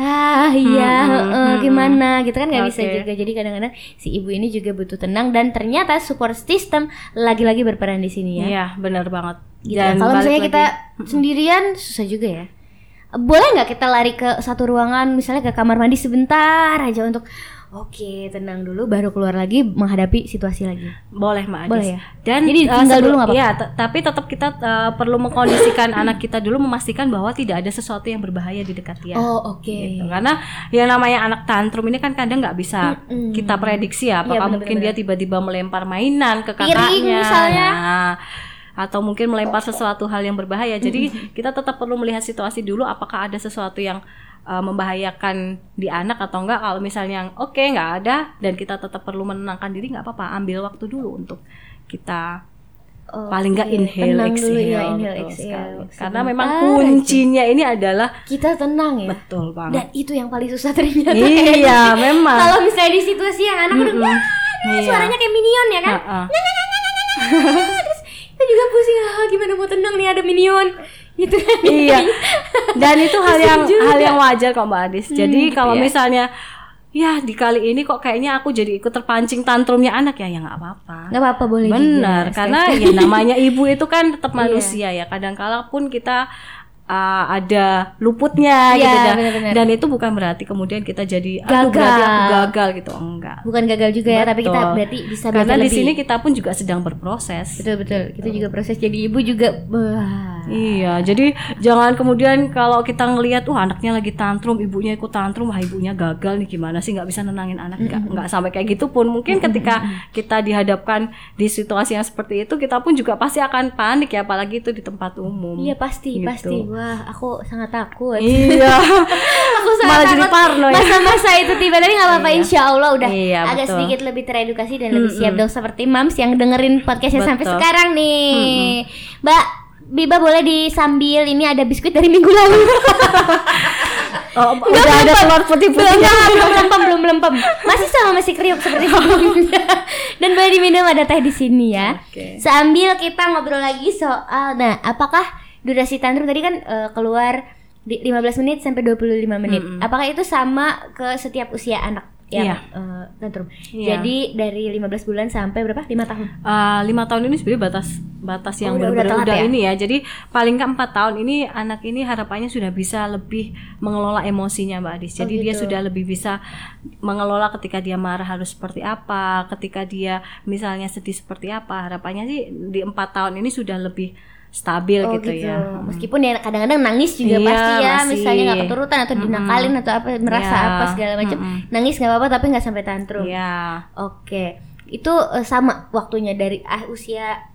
gimana gitu kan, nggak bisa juga. Jadi kadang-kadang si ibu ini juga butuh tenang, dan ternyata support system lagi-lagi berperan di sini ya. Iya, benar banget. Gitu. Kalau misalnya kita sendirian susah juga ya. Boleh nggak kita lari ke satu ruangan, misalnya ke kamar mandi sebentar aja untuk tenang dulu, baru keluar lagi menghadapi situasi lagi. Boleh, Mbak Adis. Boleh ya. Dan jadi tinggal dulu nggak apa-apa. Iya, tapi tetap kita perlu mengkondisikan anak kita dulu, memastikan bahwa tidak ada sesuatu yang berbahaya di dekat dia. Gitu. Karena yang namanya anak tantrum ini kan kadang nggak bisa kita prediksi ya. Apakah mungkin dia tiba-tiba melempar mainan ke kakaknya, piring misalnya. Atau mungkin melempar sesuatu hal yang berbahaya. Jadi kita tetap perlu melihat situasi dulu, apakah ada sesuatu yang membahayakan di anak atau enggak. Kalau misalnya nggak ada dan kita tetap perlu menenangkan diri, nggak apa-apa, ambil waktu dulu untuk kita paling nggak inhale exhale. Karena memang kuncinya ini adalah kita tenang ya. Betul banget. Dan itu yang paling susah ternyata. Iya, memang. Kalau misalnya di situasi yang anak udah suaranya kayak Minion ya kan. Terus kita juga pusing, gimana mau tenang nih ada Minion gitu kan. Iya. Dan itu hal yang wajar kok Mbak Adis. Jadi kalau misalnya di kali ini kok kayaknya aku jadi ikut terpancing tantrumnya anak, ya nggak apa-apa. Nggak apa-apa, boleh. Benar, karena ya namanya ibu itu kan tetap manusia ya. Kadang-kala pun kita ada luputnya gitu dan itu bukan berarti kemudian kita jadi berarti aku gagal gitu, enggak. Bukan gagal juga ya, tapi kita berarti bisa belajar karena lebih. Di sini kita pun juga sedang berproses. Betul. Kita juga proses jadi ibu juga. Iya, jadi jangan kemudian kalau kita ngelihat anaknya lagi tantrum, ibunya ikut tantrum, ibunya gagal nih, gimana sih nggak bisa nenangin anak. Nggak sampai kayak gitu pun. Mungkin ketika kita dihadapkan di situasi yang seperti itu, kita pun juga pasti akan panik ya, apalagi itu di tempat umum. Iya, pasti. Wah, aku sangat takut. Iya. Aku malah jadi parno ya. Masa-masa itu tiba, tapi nggak apa-apa. Insya Allah udah agak betul. Sedikit lebih teredukasi dan lebih siap dong, seperti Mams yang dengerin podcastnya sampai sekarang nih. Mbak Biba, boleh disambil, ini ada biskuit dari minggu lalu. Udah ada telur putih-putihnya. Belum lempem. Masih kriuk seperti sebelumnya. Dan boleh diminum, ada teh di sini ya. Sambil kita ngobrol lagi soal, apakah durasi tantrum tadi kan keluar di 15 menit sampai 25 menit. Apakah itu sama ke setiap usia anak yang tantrum? Jadi dari 15 bulan sampai berapa? 5 tahun? 5 tahun ini sebenarnya batas yang udah ini ya. Jadi paling nggak 4 tahun ini anak ini harapannya sudah bisa lebih mengelola emosinya, Mbak Adis. Jadi dia sudah lebih bisa mengelola ketika dia marah harus seperti apa, ketika dia misalnya sedih seperti apa. Harapannya sih di 4 tahun ini sudah lebih stabil gitu ya. Meskipun ya kadang-kadang nangis juga pasti ya, misalnya nggak keturutan atau dinakalin atau apa, merasa apa segala macam. Nangis nggak apa-apa, tapi nggak sampai tantrum. Itu sama waktunya dari usia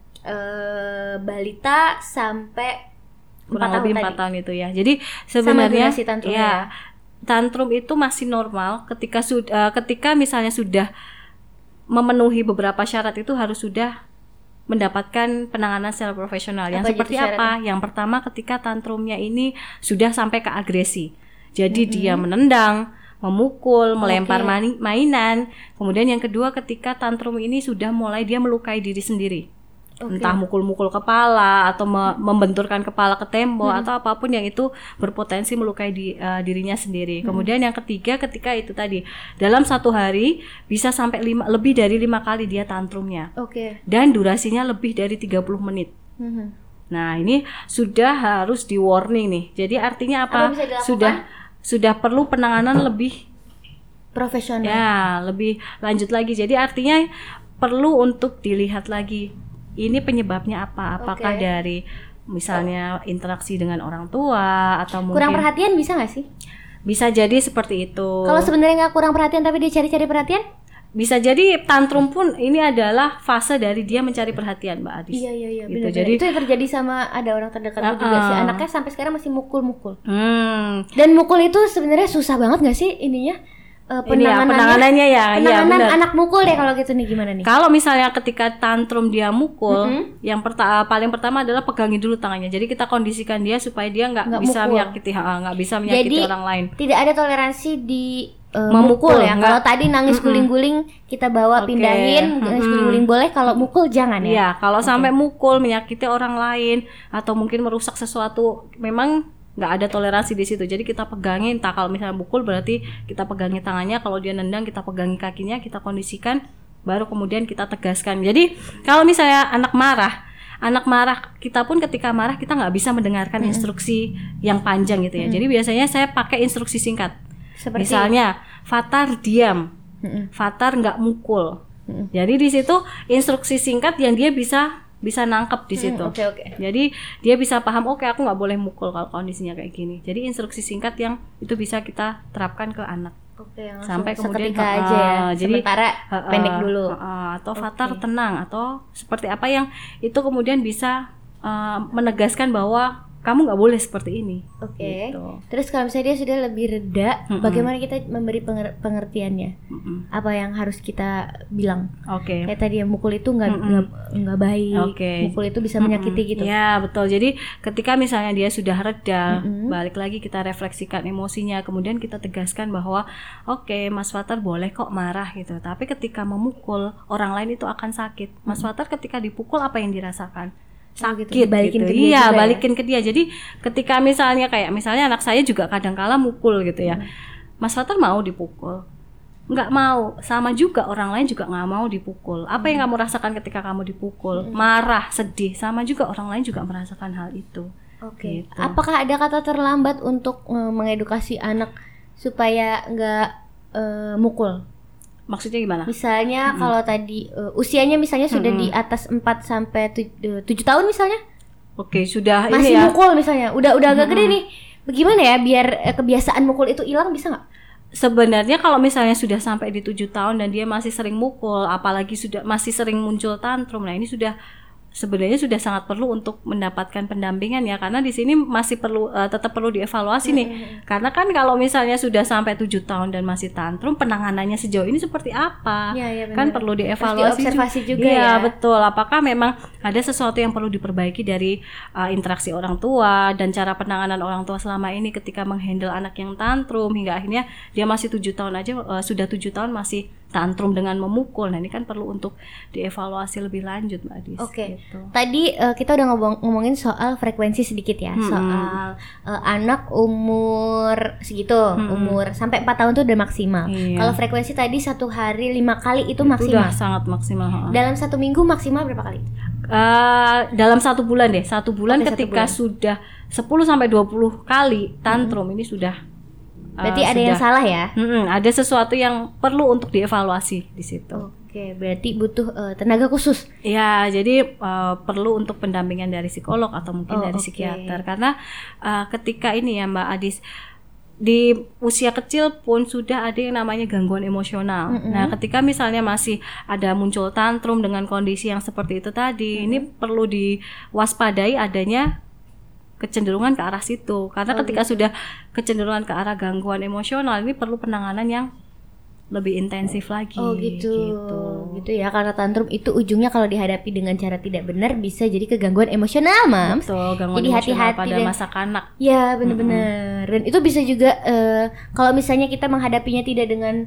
balita sampai kurang lebih 4 tahun itu ya. Jadi sebenarnya tantrum itu masih normal ketika misalnya sudah memenuhi beberapa syarat, itu harus sudah mendapatkan penanganan secara profesional. Yang seperti apa? Yang pertama, ketika tantrumnya ini sudah sampai ke agresi. Jadi dia menendang, memukul, melempar mainan. Kemudian yang kedua, ketika tantrum ini sudah mulai dia melukai diri sendiri. Entah mukul-mukul kepala atau membenturkan kepala ke tembok atau apapun yang itu berpotensi melukai dirinya sendiri. Kemudian yang ketiga, ketika itu tadi dalam satu hari bisa sampai lebih dari 5 kali dia tantrumnya. Dan durasinya lebih dari 30 menit. Nah, ini sudah harus di warning nih. Jadi artinya apa? Sudah perlu penanganan lebih profesional. Ya, lebih lanjut lagi. Jadi artinya perlu untuk dilihat lagi. Ini penyebabnya apa? Apakah dari misalnya interaksi dengan orang tua atau mungkin kurang perhatian, bisa nggak sih? Bisa jadi seperti itu. Kalau sebenarnya nggak kurang perhatian tapi dia cari-cari perhatian? Bisa jadi tantrum pun ini adalah fase dari dia mencari perhatian, Mbak Adis. Iya, gitu. Jadi itu yang terjadi sama ada orang terdekatku juga sih. Anaknya sampai sekarang masih mukul-mukul. Dan mukul itu sebenarnya susah banget nggak sih ininya? Penanganannya ya. Penanganan anak mukul deh kalau gitu nih, gimana nih? Kalau misalnya ketika tantrum dia mukul, yang paling pertama adalah pegangin dulu tangannya. Jadi kita kondisikan dia supaya dia nggak bisa menyakiti orang lain. Tidak ada toleransi di memukul ya. Kalau tadi nangis guling-guling kita bawa pindahin, nangis guling-guling boleh, kalau mukul jangan ya. Iya, kalau sampai mukul menyakiti orang lain atau mungkin merusak sesuatu, memang nggak ada toleransi di situ. Jadi kita pegangin, kalau misalnya mukul berarti kita pegangi tangannya, kalau dia nendang kita pegangi kakinya, kita kondisikan, baru kemudian kita tegaskan. Jadi kalau misalnya anak marah, kita pun ketika marah kita nggak bisa mendengarkan instruksi yang panjang gitu ya. Jadi biasanya saya pakai instruksi singkat. Seperti misalnya Fathar diam, Fathar nggak mukul. Jadi di situ instruksi singkat yang dia bisa nangkep di situ. Jadi dia bisa paham, oke, aku nggak boleh mukul kalau kondisinya kayak gini. Jadi instruksi singkat yang itu bisa kita terapkan ke anak. Sampai kemudian aja ya. Jadi sementara pendek dulu. Atau Fathar tenang, atau seperti apa yang itu kemudian bisa menegaskan bahwa kamu nggak boleh seperti ini. Gitu. Terus kalau misalnya dia sudah lebih reda, bagaimana kita memberi pengertiannya? Apa yang harus kita bilang? Kayak tadi yang mukul itu nggak baik. Mukul itu bisa menyakiti gitu. Ya betul. Jadi ketika misalnya dia sudah reda, balik lagi kita refleksikan emosinya, kemudian kita tegaskan bahwa Mas Fathar boleh kok marah gitu. Tapi ketika memukul orang lain itu akan sakit. Mas Fathar ketika dipukul apa yang dirasakan? Sakit balikin gitu. Ke dia juga balikin ke dia. Jadi ketika misalnya anak saya juga kadang-kala mukul gitu ya. Mas Fathar mau dipukul? Nggak mau. Sama juga orang lain juga nggak mau dipukul. Apa yang kamu rasakan ketika kamu dipukul? Marah, sedih. Sama juga orang lain juga merasakan hal itu. Gitu. Apakah ada kata terlambat untuk mengedukasi anak supaya nggak mukul? Maksudnya gimana? Misalnya kalau tadi usianya misalnya sudah di atas 4 sampai 7 tahun misalnya. Sudah masih ini ya. Mukul misalnya. Udah agak gede nih. Bagaimana ya biar kebiasaan mukul itu hilang, bisa nggak? Sebenarnya kalau misalnya sudah sampai di 7 tahun dan dia masih sering mukul, apalagi masih sering muncul tantrum. Nah, ini sebenarnya sudah sangat perlu untuk mendapatkan pendampingan ya, karena di sini masih tetap perlu dievaluasi nih. Karena kan kalau misalnya sudah sampai 7 tahun dan masih tantrum, penanganannya sejauh ini seperti apa? Kan perlu dievaluasi, observasi juga ya. Betul. Apakah memang ada sesuatu yang perlu diperbaiki dari interaksi orang tua dan cara penanganan orang tua selama ini ketika menghandle anak yang tantrum hingga akhirnya dia masih 7 tahun aja sudah 7 tahun masih tantrum dengan memukul. Nah, ini kan perlu untuk dievaluasi lebih lanjut, Mbak Adis. Gitu. Tadi kita udah ngomongin soal frekuensi sedikit ya, soal anak umur segitu, umur sampai 4 tahun tuh udah maksimal. Kalau frekuensi tadi 1 hari 5 kali itu maksimal. Udah sangat maksimal. Dalam 1 minggu maksimal berapa kali? Dalam 1 bulan deh. 1 bulan ketika sudah 10 sampai 20 kali tantrum ini sudah. Berarti ada yang salah ya? Ada sesuatu yang perlu untuk dievaluasi di situ. Berarti butuh tenaga khusus. Ya, jadi perlu untuk pendampingan dari psikolog atau mungkin dari psikiater. Karena ketika ini ya Mbak Adis, di usia kecil pun sudah ada yang namanya gangguan emosional. Nah, ketika misalnya masih ada muncul tantrum dengan kondisi yang seperti itu tadi, ini perlu diwaspadai adanya kecenderungan ke arah situ. Karena ketika sudah kecenderungan ke arah gangguan emosional, ini perlu penanganan yang lebih intensif lagi. Gitu ya, karena tantrum itu ujungnya kalau dihadapi dengan cara tidak benar bisa jadi kegangguan emosional, Mams. Betul, gangguan jadi emosional hati-hati pada masa kanak. Ya, benar-benar. Dan itu bisa juga kalau misalnya kita menghadapinya tidak dengan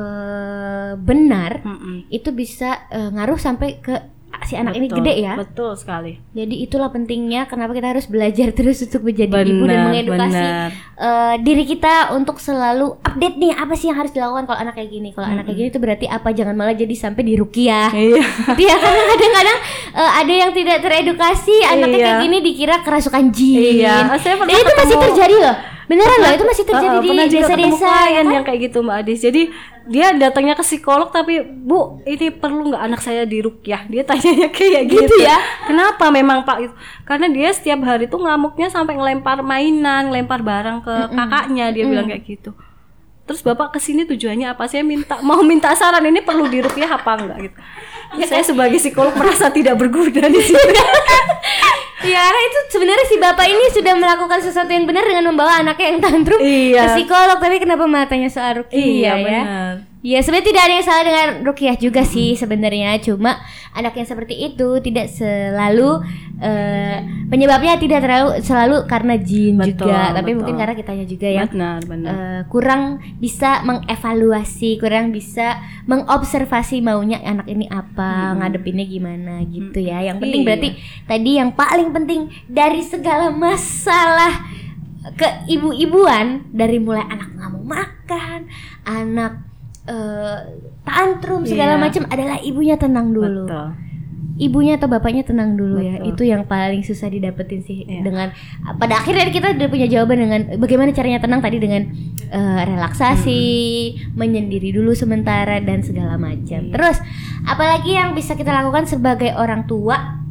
benar, itu bisa ngaruh sampai ke si anak ini gede ya. Betul sekali. Jadi itulah pentingnya kenapa kita harus belajar terus untuk menjadi ibu dan mengedukasi diri kita untuk selalu update nih apa sih yang harus dilakukan kalau anak kayak gini. Kalau anak kayak gini itu berarti apa, jangan malah jadi sampai diruqyah. Dia karena kadang-kadang ada yang tidak teredukasi, anaknya kayak gini dikira kerasukan jin. Dan itu masih terjadi loh. Beneran loh, itu masih terjadi di desa-desa yang kayak gitu Mbak Adis. Jadi dia datangnya ke psikolog, tapi Bu, ini perlu nggak anak saya diruqyah? Dia tanyanya kayak gitu ya. Kenapa memang Pak? Karena dia setiap hari tuh ngamuknya sampai ngelempar mainan, ngelempar barang ke kakaknya. Dia bilang kayak gitu. Terus Bapak kesini tujuannya apa? Saya mau minta saran, ini perlu diruqyah apa enggak gitu. Saya sebagai psikolog merasa tidak berguna di sini. Ya, karena itu sebenarnya si bapak ini sudah melakukan sesuatu yang benar dengan membawa anaknya yang tantrum ke psikolog, tapi kenapa matanya soal ruqyah ya? Ya sebenarnya tidak ada yang salah dengan ruqyah juga sih sebenarnya, cuma anak yang seperti itu tidak selalu penyebabnya tidak selalu karena jin juga, tapi mungkin karena kitanya juga yang kurang bisa mengevaluasi, kurang bisa mengobservasi maunya anak ini apa, ngadepinnya gimana gitu ya. Yang penting berarti tadi yang paling penting dari segala masalah keibu-ibuan, dari mulai anak nggak mau makan, anak tantrum segala macam, adalah ibunya tenang dulu. Betul. Ibunya atau bapaknya tenang dulu. Betul. Ya. Itu yang paling susah didapetin sih. Dengan pada akhirnya kita udah punya jawaban dengan bagaimana caranya tenang tadi, dengan relaksasi, menyendiri dulu sementara dan segala macam. Terus apalagi yang bisa kita lakukan sebagai orang tua?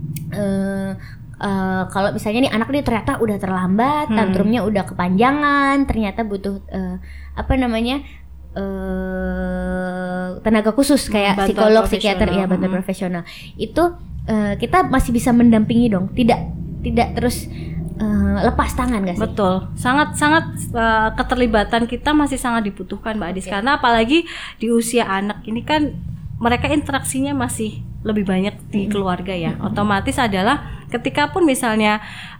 Kalau misalnya nih anak dia ternyata udah terlambat, tantrumnya udah kepanjangan, ternyata butuh tenaga khusus kayak bantuan psikolog, psikiater, ya bantuan profesional. Itu kita masih bisa mendampingi dong, tidak terus lepas tangan gak sih? Betul, sangat keterlibatan kita masih sangat dibutuhkan Mbak Adis, karena apalagi di usia anak ini kan mereka interaksinya masih lebih banyak di keluarga ya. Otomatis adalah ketika pun misalnya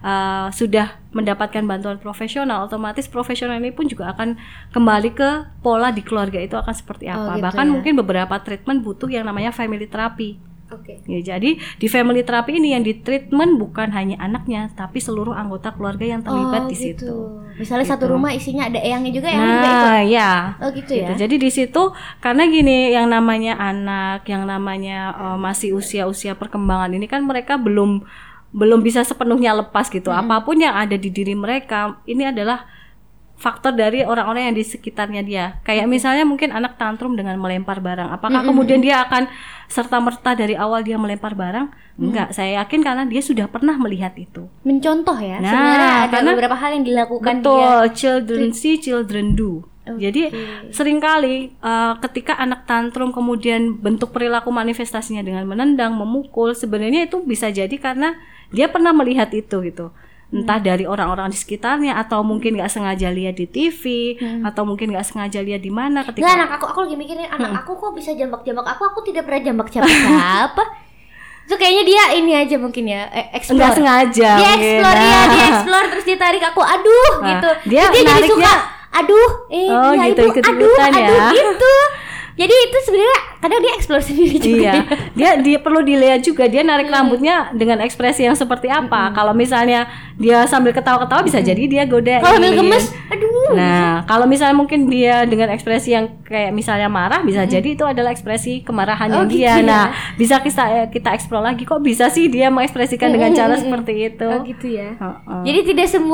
sudah mendapatkan bantuan profesional, otomatis profesional ini pun juga akan kembali ke pola di keluarga itu akan seperti apa. Bahkan mungkin beberapa treatment butuh yang namanya family therapy. Ya, jadi di family therapy ini yang di treatment bukan hanya anaknya, tapi seluruh anggota keluarga yang terlibat di situ. Misalnya satu rumah isinya ada eyangnya juga, yang juga ikut. Ya. Oh gitu ya. Jadi di situ karena gini, yang namanya anak, yang namanya masih usia perkembangan ini kan mereka belum bisa sepenuhnya lepas gitu. Apapun yang ada di diri mereka ini adalah faktor dari orang-orang yang di sekitarnya dia. Kayak misalnya mungkin anak tantrum dengan melempar barang. Apakah kemudian dia akan serta-merta dari awal dia melempar barang? Enggak, saya yakin karena dia sudah pernah melihat itu. Mencontoh ya. Sebenarnya ada beberapa hal yang dilakukan dia. Children see, children do. Jadi seringkali ketika anak tantrum kemudian bentuk perilaku manifestasinya dengan menendang, memukul, sebenarnya itu bisa jadi karena dia pernah melihat itu gitu. Entah dari orang-orang di sekitarnya, atau mungkin nggak sengaja lihat di TV, atau mungkin nggak sengaja lihat di mana ketika. Nah, anak aku lagi mikirnya anak aku kok bisa jambak-jambak aku tidak pernah jambak siapa. Itu kayaknya dia ini aja mungkin ya, explore. Nggak sengaja. Dia explore ya, dia explore terus dia tarik aku, aduh gitu. Dia jadi suka, aduh, gitu, ibu, aduh gitu. Jadi itu sebenarnya kadang dia explore sendiri juga. Iya. Dia perlu dilihat juga dia narik rambutnya dengan ekspresi yang seperti apa. Kalau misalnya dia sambil ketawa-ketawa bisa jadi dia godain. Kalau sambil gemes, aduh. Nah, kalau misalnya mungkin dia dengan ekspresi yang kayak misalnya marah, bisa jadi itu adalah ekspresi kemarahannya dia. Gitu, nah, bisa kita explore lagi, kok bisa sih dia mengekspresikan dengan cara seperti itu. Oh gitu ya. Jadi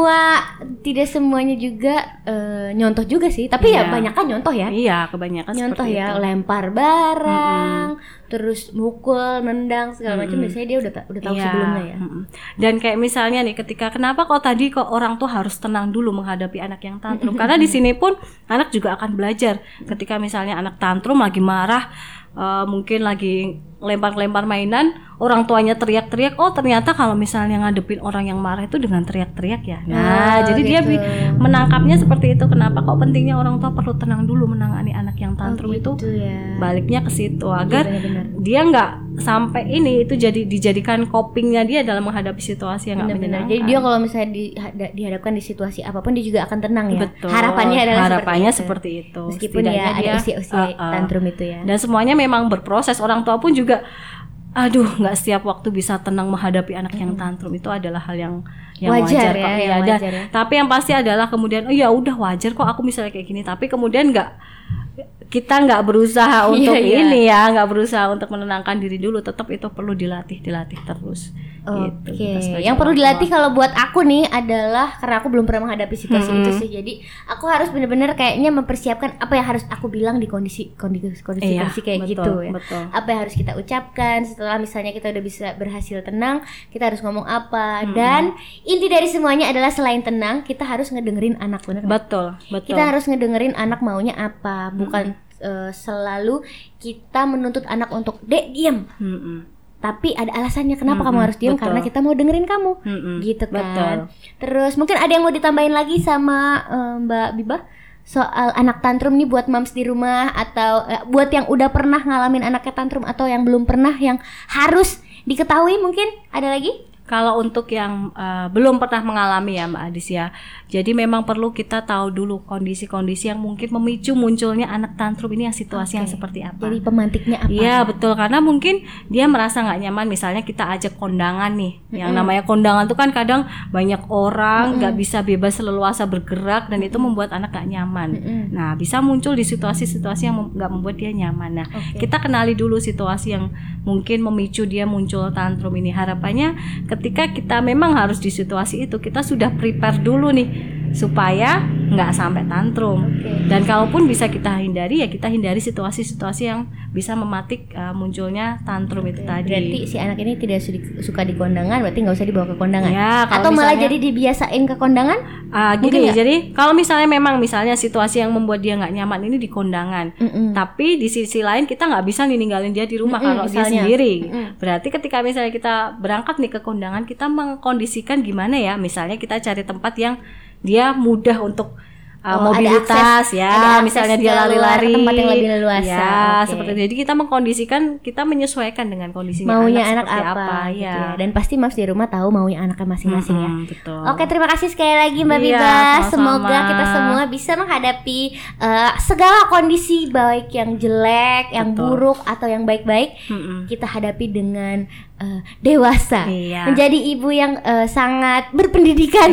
tidak semuanya juga nyontoh juga sih, tapi ya banyak kan nyontoh ya. Iya, kebanyakan nyontoh seperti ya, itu. lempar barang, terus mukul, nendang segala macam. Biasanya dia udah tahu sebelumnya ya. Dan kayak misalnya nih, ketika kenapa kok orang tuh harus tenang dulu menghadapi anak yang tantrum? Karena di sini pun anak juga akan belajar. Ketika misalnya anak tantrum lagi marah, mungkin lagi lempar-lempar mainan, orang tuanya teriak-teriak, oh ternyata kalau misalnya ngadepin orang yang marah itu dengan teriak-teriak ya. Nah, jadi dia menangkapnya seperti itu. Kenapa kok pentingnya orang tua perlu tenang dulu menangani anak yang tantrum itu ya. Baliknya ke situ agar dia nggak sampai ini itu dijadikan copingnya dia dalam menghadapi situasi yang nggak menyenangkan. Jadi dia kalau misalnya dihadapkan di situasi apapun dia juga akan tenang ya. Betul. Harapannya seperti itu. Meskipun ya ada usia-usia tantrum itu ya. Dan semuanya memang berproses. Orang tua pun juga nggak setiap waktu bisa tenang menghadapi anak yang tantrum. Itu adalah hal yang wajar ya. Tapi yang pasti adalah kemudian udah wajar kok aku misalnya kayak gini, tapi kemudian kita nggak berusaha untuk nggak berusaha untuk menenangkan diri dulu. Tetap itu perlu dilatih terus. Gitu. Yang perlu dilatih kalau buat aku nih adalah karena aku belum pernah menghadapi situasi itu sih. Jadi aku harus benar-benar kayaknya mempersiapkan apa yang harus aku bilang di kondisi kayak gitu ya. Betul. Apa yang harus kita ucapkan setelah misalnya kita udah bisa berhasil tenang, kita harus ngomong apa. Dan inti dari semuanya adalah selain tenang, kita harus ngedengerin anak, benar. Betul. Kita harus ngedengerin anak maunya apa, bukan selalu kita menuntut anak untuk diam. Tapi ada alasannya kenapa kamu harus diam, karena kita mau dengerin kamu, gitu kan. Betul. Terus mungkin ada yang mau ditambahin lagi sama Mbak Bibah soal anak tantrum nih buat moms di rumah, atau buat yang udah pernah ngalamin anaknya tantrum atau yang belum pernah, yang harus diketahui mungkin ada lagi? Kalau untuk yang belum pernah mengalami ya Mbak Adis ya, jadi memang perlu kita tahu dulu kondisi-kondisi yang mungkin memicu munculnya anak tantrum ini, yang situasi yang seperti apa. Jadi pemantiknya apa? Iya betul, karena mungkin dia merasa nggak nyaman, misalnya kita ajak kondangan nih, yang namanya kondangan tuh kan kadang banyak orang, nggak bisa bebas leluasa bergerak, dan itu membuat anak nggak nyaman. Nah bisa muncul di situasi-situasi yang nggak membuat dia nyaman. Nah kita kenali dulu situasi yang mungkin memicu dia muncul tantrum ini. Harapannya ketika kita memang harus di situasi itu, kita sudah prepare dulu nih supaya nggak sampai tantrum. Dan kalaupun bisa kita hindari, ya kita hindari situasi-situasi yang bisa mematik munculnya tantrum itu tadi. Berarti si anak ini tidak suka di kondangan, berarti nggak usah dibawa ke kondangan. Ya, atau malah jadi dibiasain ke kondangan? Gini, jadi kalau misalnya memang situasi yang membuat dia nggak nyaman ini di kondangan, tapi di sisi lain kita nggak bisa ninggalin dia di rumah kalau dia sendiri. Berarti ketika misalnya kita berangkat nih ke kondangan, kita mengkondisikan gimana ya, misalnya kita cari tempat yang dia mudah untuk mobilitas, ada misalnya dia lari-lari, tempat yang lebih leluasa. Ya, seperti itu. Jadi kita mengkondisikan, kita menyesuaikan dengan kondisinya maunya anak apa, gitu ya. Dan pasti moms di rumah tahu maunya anaknya masing-masing ya. Betul. Oke, terima kasih sekali lagi Mbak Biba. Semoga kita semua bisa menghadapi segala kondisi, baik yang jelek, yang buruk atau yang baik-baik, kita hadapi dengan dewasa, menjadi ibu yang sangat berpendidikan.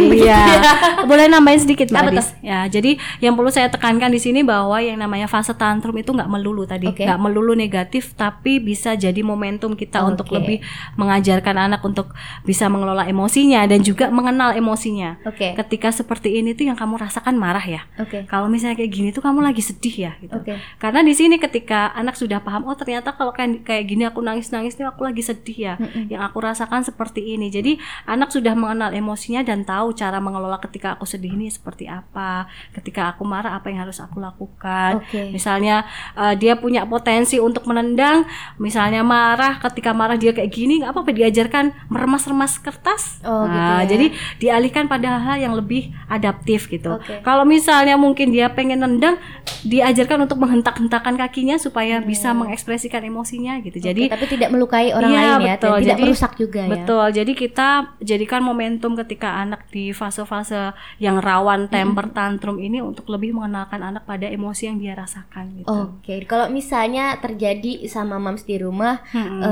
Boleh nambahin sedikit Mbak Adis? Ya, jadi yang perlu saya tekankan di sini bahwa yang namanya fase tantrum itu nggak melulu nggak melulu negatif, tapi bisa jadi momentum kita untuk lebih mengajarkan anak untuk bisa mengelola emosinya dan juga mengenal emosinya. Ketika seperti ini tuh yang kamu rasakan marah ya. Kalau misalnya kayak gini tuh kamu lagi sedih ya, gitu. Karena di sini ketika anak sudah paham, oh ternyata kalau kayak gini aku nangis-nangis nih aku lagi sedih ya. Yang aku rasakan seperti ini. Jadi anak sudah mengenal emosinya dan tahu cara mengelola ketika aku sedih ini seperti apa, ketika aku marah apa yang harus aku lakukan. Misalnya dia punya potensi untuk menendang, misalnya marah, ketika marah dia kayak gini, nggak apa-apa diajarkan meremas-remas kertas. Jadi dialihkan pada hal yang lebih adaptif gitu. Kalau misalnya mungkin dia pengen nendang, diajarkan untuk menghentak-hentakan kakinya supaya bisa mengekspresikan emosinya gitu. Jadi tapi tidak melukai orang lain ya. Betul, tidak merusak juga ya. Betul, jadi kita jadikan momentum ketika anak di fase-fase yang rawan temper tantrum ini untuk lebih mengenalkan anak pada emosi yang dia rasakan gitu. Kalau misalnya terjadi sama moms di rumah,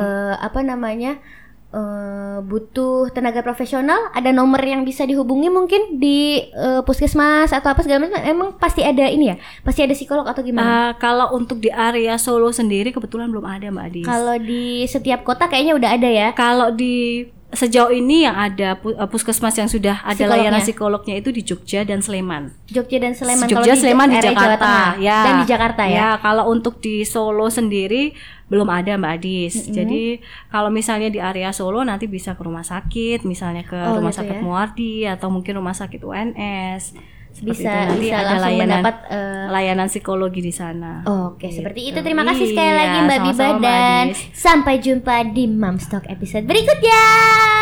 butuh tenaga profesional, ada nomor yang bisa dihubungi mungkin di puskesmas atau apa segala macam. Emang pasti ada ini ya, pasti ada psikolog atau gimana? Kalau untuk di area Solo sendiri kebetulan belum ada Mbak Adis. Kalau di setiap kota kayaknya udah ada ya. Kalau di sejauh ini yang ada puskesmas yang sudah ada layanan psikolognya itu di Jogja dan Sleman. Jogja, Sleman di Jakarta ya. Dan di Jakarta ya. Ya, kalau untuk di Solo sendiri belum ada Mbak Adis. Jadi kalau misalnya di area Solo nanti bisa ke rumah sakit, misalnya ke rumah sakit Muardi atau mungkin rumah sakit UNS. Bisa nanti ada layanan mendapat layanan psikologi di sana. Seperti itu. Terima kasih sekali lagi Mbak Biba, dan sampai jumpa di Moms Talk episode berikutnya.